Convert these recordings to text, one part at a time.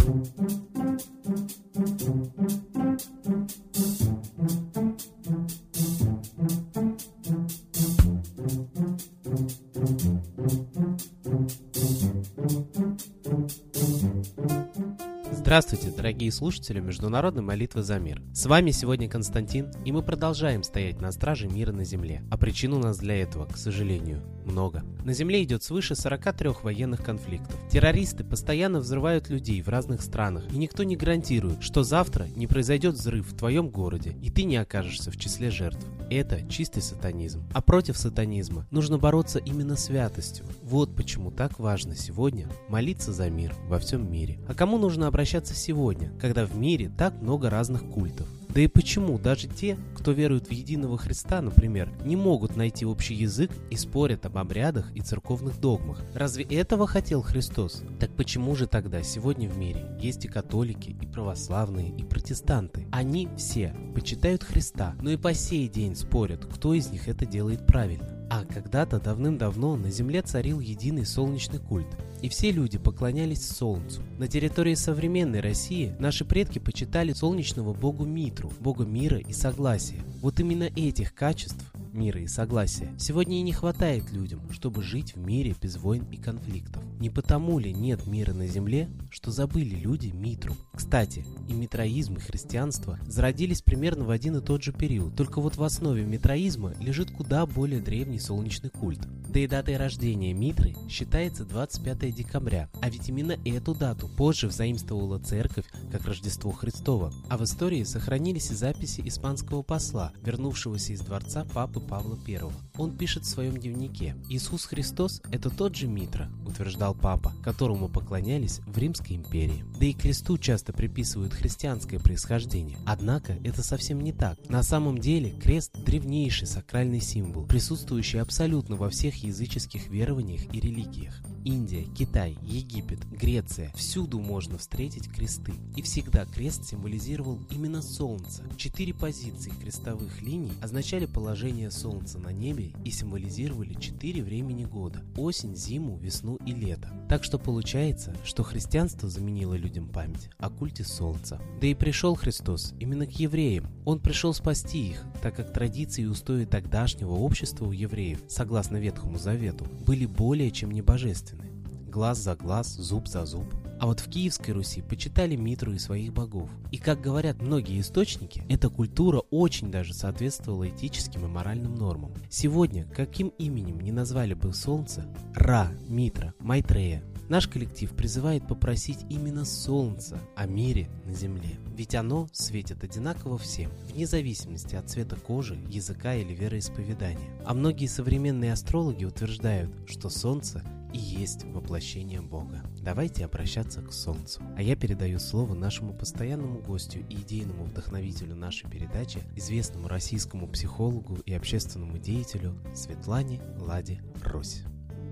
Здравствуйте, дорогие слушатели Международной молитвы за мир. С вами сегодня Константин, и мы продолжаем стоять на страже мира на земле. А причин у нас для этого, к сожалению, много. На земле идет свыше 43 военных конфликтов. Террористы постоянно взрывают людей в разных странах, и никто не гарантирует, что завтра не произойдет взрыв в твоем городе, и ты не окажешься в числе жертв. Это чистый сатанизм. А против сатанизма нужно бороться именно святостью. Вот почему так важно сегодня молиться за мир во всем мире. А кому нужно обращаться сегодня, когда в мире так много разных культов? Да и почему даже те, кто верует в единого Христа, например, не могут найти общий язык и спорят об обрядах и церковных догмах? Разве этого хотел Христос? Так почему же тогда сегодня в мире есть и католики, и православные, и протестанты? Они все почитают Христа, но и по сей день спорят, кто из них это делает правильно. А когда-то давным-давно на земле царил единый солнечный культ, и все люди поклонялись солнцу. На территории современной России наши предки почитали солнечного богу Митру, бога мира и согласия. Вот именно этих качеств, мира и согласия, сегодня и не хватает людям, чтобы жить в мире без войн и конфликтов. Не потому ли нет мира на земле, что забыли люди Митру? Кстати, и митраизм, и христианство зародились примерно в один и тот же период, только вот в основе митраизма лежит куда более древний солнечный культ. Да и датой рождения Митры считается 25 декабря, а ведь именно эту дату позже взаимствовала церковь как Рождество Христово. А в истории сохранились и записи испанского посла, вернувшегося из дворца папы Павла I. Он пишет в своем дневнике: «Иисус Христос – это тот же Митра», утверждал папа, которому поклонялись в Римской империи. Да и кресту часто приписывают христианское происхождение. Однако это совсем не так. На самом деле крест – древнейший сакральный символ, присутствующий абсолютно во всех языческих верованиях и религиях. Индия, Китай, Египет, Греция – всюду можно встретить кресты. И всегда крест символизировал именно солнце. 4 позиции крестовых линий означали положение солнца на небе и символизировали 4 времени года – осень, зиму, весну и лето. Так что получается, что христианство заменило людям память о культе солнца. Да и пришел Христос именно к евреям. Он пришел спасти их, так как традиции и устои тогдашнего общества у евреев, согласно Ветхому Завету, были более чем небожественны. Глаз за глаз, зуб за зуб. А вот в Киевской Руси почитали Митру и своих богов. И, как говорят многие источники, эта культура очень даже соответствовала этическим и моральным нормам. Сегодня, каким именем не назвали бы солнце, Ра, Митра, Майтрея, наш коллектив призывает попросить именно солнца о мире на земле. Ведь оно светит одинаково всем, вне зависимости от цвета кожи, языка или вероисповедания. А многие современные астрологи утверждают, что солнце и есть воплощение Бога. Давайте обращаться к Солнцу. А я передаю слово нашему постоянному гостю и идейному вдохновителю нашей передачи, известному российскому психологу и общественному деятелю Светлане Ладе Русь.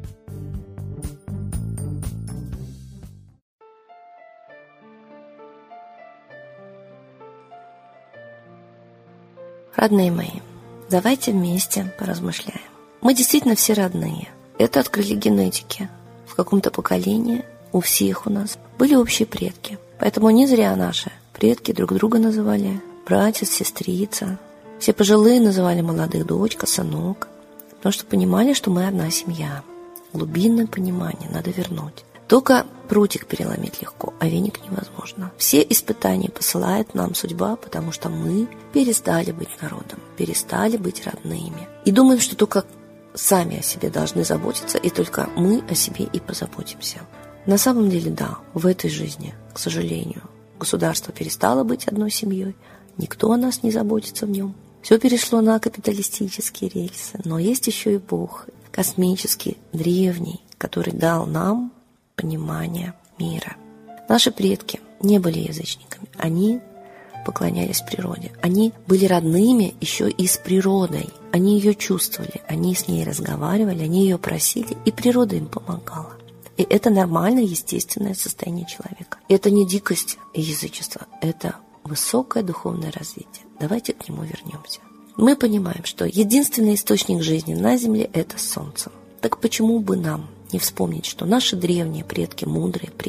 Родные мои, давайте вместе поразмышляем. Мы действительно все родные. Это открыли генетики. В каком-то поколении у всех у нас были общие предки. Поэтому не зря наши предки друг друга называли братец, сестрица. Все пожилые называли молодых дочка, сынок. Потому что понимали, что мы одна семья. Глубинное понимание надо вернуть. Только прутик переломить легко, а веник невозможно. Все испытания посылает нам судьба, потому что мы перестали быть народом, перестали быть родными. И думаем, что только сами о себе должны заботиться, и только мы о себе и позаботимся. На самом деле, да, в этой жизни, к сожалению, государство перестало быть одной семьей, никто о нас не заботится в нем. Все перешло на капиталистические рельсы, но есть еще и Бог, космический, древний, который дал нам понимание мира. Наши предки не были язычниками, они поклонялись природе. Они были родными еще и с природой. Они ее чувствовали, они с ней разговаривали, они ее просили, и природа им помогала. И это нормальное, естественное состояние человека. Это не дикость и язычество, это высокое духовное развитие. Давайте к нему вернемся. Мы понимаем, что единственный источник жизни на Земле – это Солнце. Так почему бы нам не вспомнить, что наши древние предки, мудрые предки,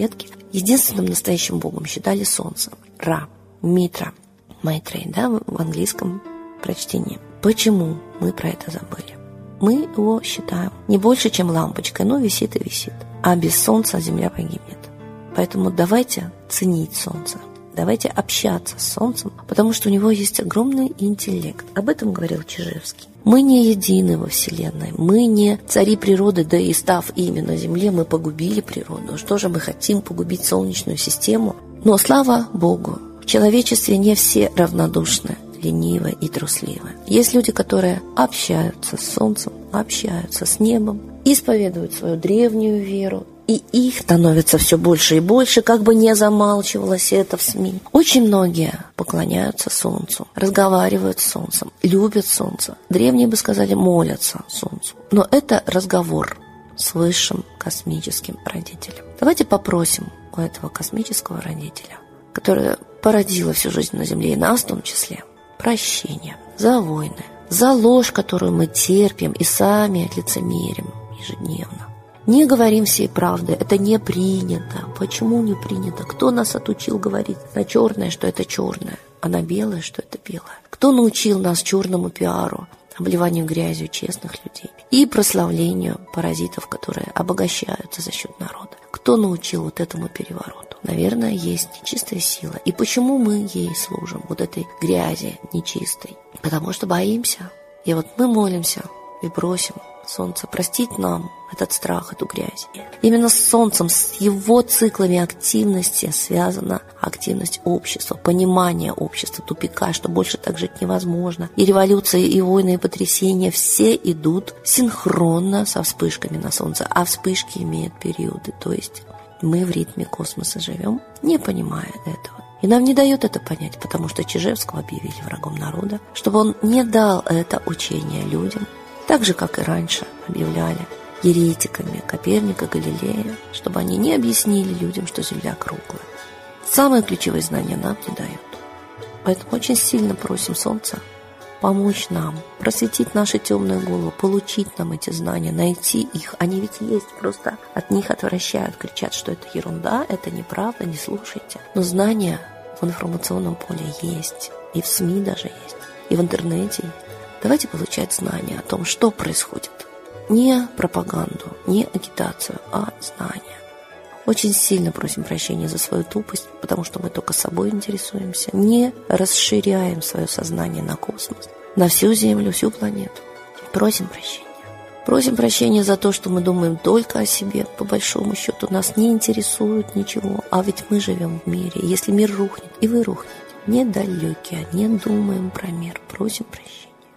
единственным настоящим богом считали солнце. Ра, Митра, Майтрей, да, в английском прочтении. Почему мы про это забыли? Мы его считаем не больше, чем лампочкой, но висит и висит. А без солнца Земля погибнет. Поэтому давайте ценить солнце. Давайте общаться с солнцем, потому что у него есть огромный интеллект. Об этом говорил Чижевский. Мы не едины во Вселенной, мы не цари природы, да и став ими на Земле, мы погубили природу. Что же мы хотим погубить Солнечную систему? Но слава Богу, в человечестве не все равнодушны, ленивы и трусливы. Есть люди, которые общаются с Солнцем, общаются с небом, исповедуют свою древнюю веру, и их становится все больше и больше, как бы не замалчивалось это в СМИ. Очень многие поклоняются Солнцу, разговаривают с Солнцем, любят Солнце. Древние бы сказали, молятся Солнцу. Но это разговор с высшим космическим родителем. Давайте попросим у этого космического родителя, который породила всю жизнь на Земле и нас в том числе, прощения за войны, за ложь, которую мы терпим и сами лицемерим ежедневно. Не говорим всей правды, это не принято. Почему не принято? Кто нас отучил говорить на черное, что это черное, а на белое, что это белое? Кто научил нас черному пиару, обливанию грязью честных людей и прославлению паразитов, которые обогащаются за счет народа? Кто научил вот этому перевороту? Наверное, есть нечистая сила. И почему мы ей служим, вот этой грязи нечистой? Потому что боимся. И вот мы молимся и просим Солнце простить нам этот страх, эту грязь. Именно с Солнцем, с его циклами активности связана активность общества, понимание общества, тупика, что больше так жить невозможно. И революции, и войны, и потрясения все идут синхронно со вспышками на Солнце, а вспышки имеют периоды, то есть мы в ритме космоса живем, не понимая этого. И нам не дают это понять, потому что Чижевского объявили врагом народа, чтобы он не дал это учение людям, так же, как и раньше объявляли еретиками Коперника, Галилея, чтобы они не объяснили людям, что Земля круглая. Самые ключевые знания нам не дают. Поэтому очень сильно просим Солнца помочь нам, просветить наши темные головы, получить нам эти знания, найти их. Они ведь есть, просто от них отвращают, кричат, что это ерунда, это неправда, не слушайте. Но знания в информационном поле есть, и в СМИ даже есть, и в интернете есть. Давайте получать знания о том, что происходит. Не пропаганду, не агитацию, а знания. Очень сильно просим прощения за свою тупость, потому что мы только собой интересуемся. Не расширяем свое сознание на космос, на всю Землю, всю планету. Просим прощения. Просим прощения за то, что мы думаем только о себе. По большому счету нас не интересует ничего. А ведь мы живем в мире. Если мир рухнет, и вы рухнете. Недалекие, не думаем про мир. Просим прощения.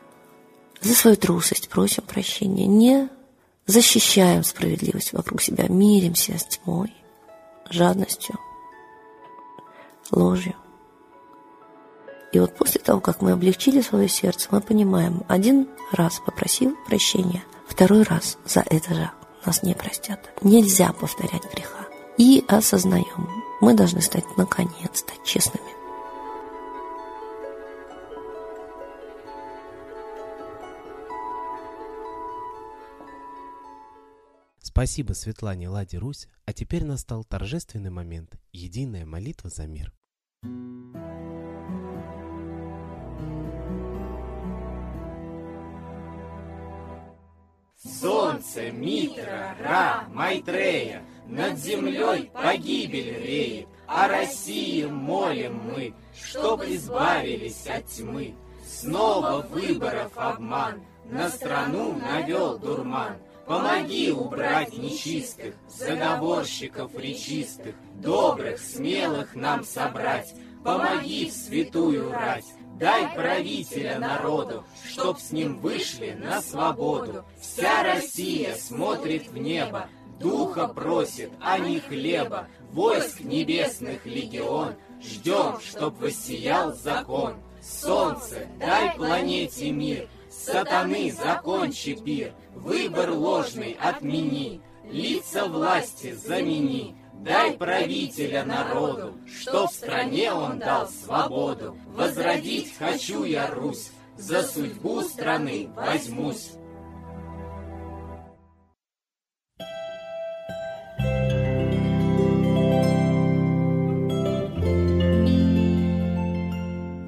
За свою трусость просим прощения. Не защищаем справедливость вокруг себя. Миримся с тьмой, жадностью, ложью. И вот после того, как мы облегчили свое сердце, мы понимаем, один раз попросил прощения, второй раз за это же нас не простят. Нельзя повторять греха. И осознаем, мы должны стать наконец-то честными. Спасибо Светлане Ладе Русь, а теперь настал торжественный момент – единая молитва за мир. Солнце, Митра, Ра, Майтрея, над землей погибель реет, о России молим мы, чтоб избавились от тьмы. Снова выборов обман, на страну навел дурман. Помоги убрать нечистых, заговорщиков речистых, добрых, смелых нам собрать. Помоги в святую рать, дай правителя народу, чтоб с ним вышли на свободу. Вся Россия смотрит в небо, духа просит, а не хлеба. Войск небесных легион, ждем, чтоб воссиял закон. Солнце, дай планете мир, сатаны закончи пир, выбор ложный отмени, лица власти замени. Дай правителя народу, что в стране он дал свободу. Возродить хочу я Русь, за судьбу страны возьмусь.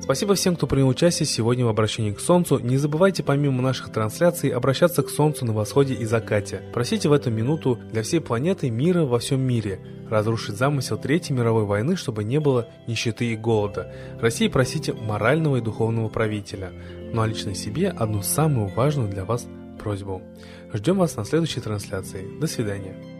Спасибо всем, кто принял участие сегодня в обращении к Солнцу. Не забывайте помимо наших трансляций обращаться к Солнцу на восходе и закате. Просите в эту минуту для всей планеты мира во всем мире, разрушить замысел Третьей мировой войны, чтобы не было нищеты и голода. России просите морального и духовного правителя. Ну а лично себе одну самую важную для вас просьбу. Ждем вас на следующей трансляции. До свидания.